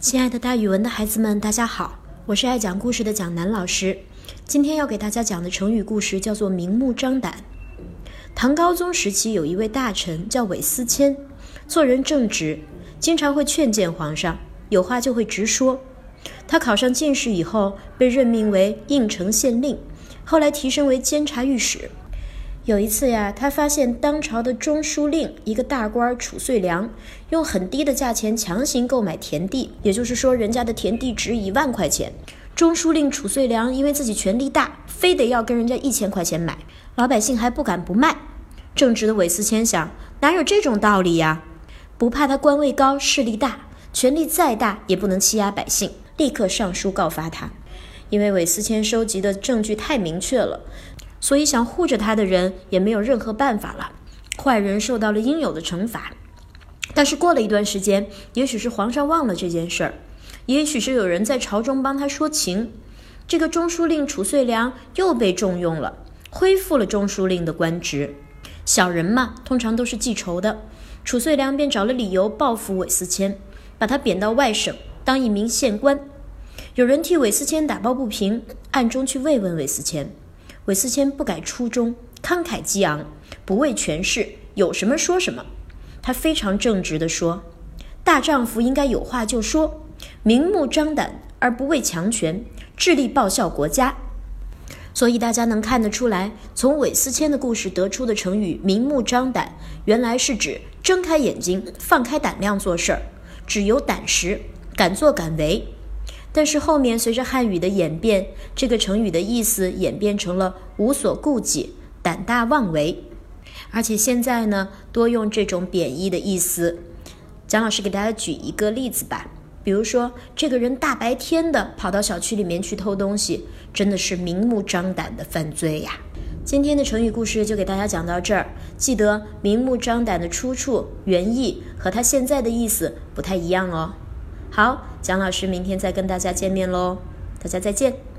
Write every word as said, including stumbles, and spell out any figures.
亲爱的大语文的孩子们，大家好，我是爱讲故事的蒋楠老师。今天要给大家讲的成语故事叫做明目张胆。唐高宗时期有一位大臣叫韦思谦，做人正直，经常会劝谏皇上，有话就会直说。他考上进士以后，被任命为应城县令，后来提升为监察御史。有一次呀，他发现当朝的中书令一个大官褚遂良用很低的价钱强行购买田地，也就是说人家的田地值一万块钱。中书令褚遂良因为自己权力大，非得要跟人家一千块钱买，老百姓还不敢不卖。正直的韦思谦想，哪有这种道理呀？不怕他官位高势力大，权力再大也不能欺压百姓，立刻上书告发他。因为韦思谦收集的证据太明确了，所以想护着他的人也没有任何办法了，坏人受到了应有的惩罚。但是过了一段时间，也许是皇上忘了这件事儿，也许是有人在朝中帮他说情，这个中书令褚遂良又被重用了，恢复了中书令的官职。小人嘛，通常都是记仇的，褚遂良便找了理由报复韦思谦，把他贬到外省当一名县官。有人替韦思谦打抱不平，暗中去慰问韦思谦。韦思谦不改初衷，慷慨激昂，不为权势，有什么说什么。他非常正直地说，大丈夫应该有话就说，明目张胆而不畏强权，致力报效国家。所以大家能看得出来，从韦思谦的故事得出的成语明目张胆，原来是指睁开眼睛，放开胆量做事儿，只有胆识，敢作敢为。但是后面随着汉语的演变，这个成语的意思演变成了无所顾忌，胆大妄为。而且现在呢，多用这种贬义的意思。蒋老师给大家举一个例子吧，比如说这个人大白天的跑到小区里面去偷东西，真的是明目张胆的犯罪呀。今天的成语故事就给大家讲到这儿，记得明目张胆的出处、原意和它现在的意思不太一样哦。好，蒋老师明天再跟大家见面喽，大家再见。